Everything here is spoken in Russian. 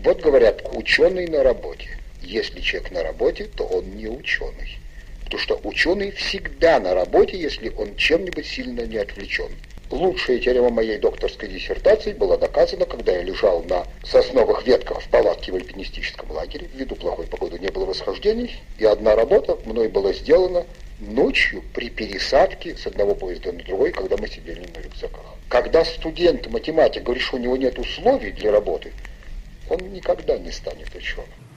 Вот говорят, ученый на работе. Если человек на работе, то он не ученый. Потому что ученый всегда на работе, если он чем-нибудь сильно не отвлечен. Лучшая теорема моей докторской диссертации была доказана, когда я лежал на сосновых ветках в палатке в альпинистическом лагере. Ввиду плохой погоды не было восхождений. И одна работа мной была сделана ночью при пересадке с одного поезда на другой, когда мы сидели на рюкзаках. Когда студент, математик говорит, что у него нет условий для работы, он никогда не станет ученым.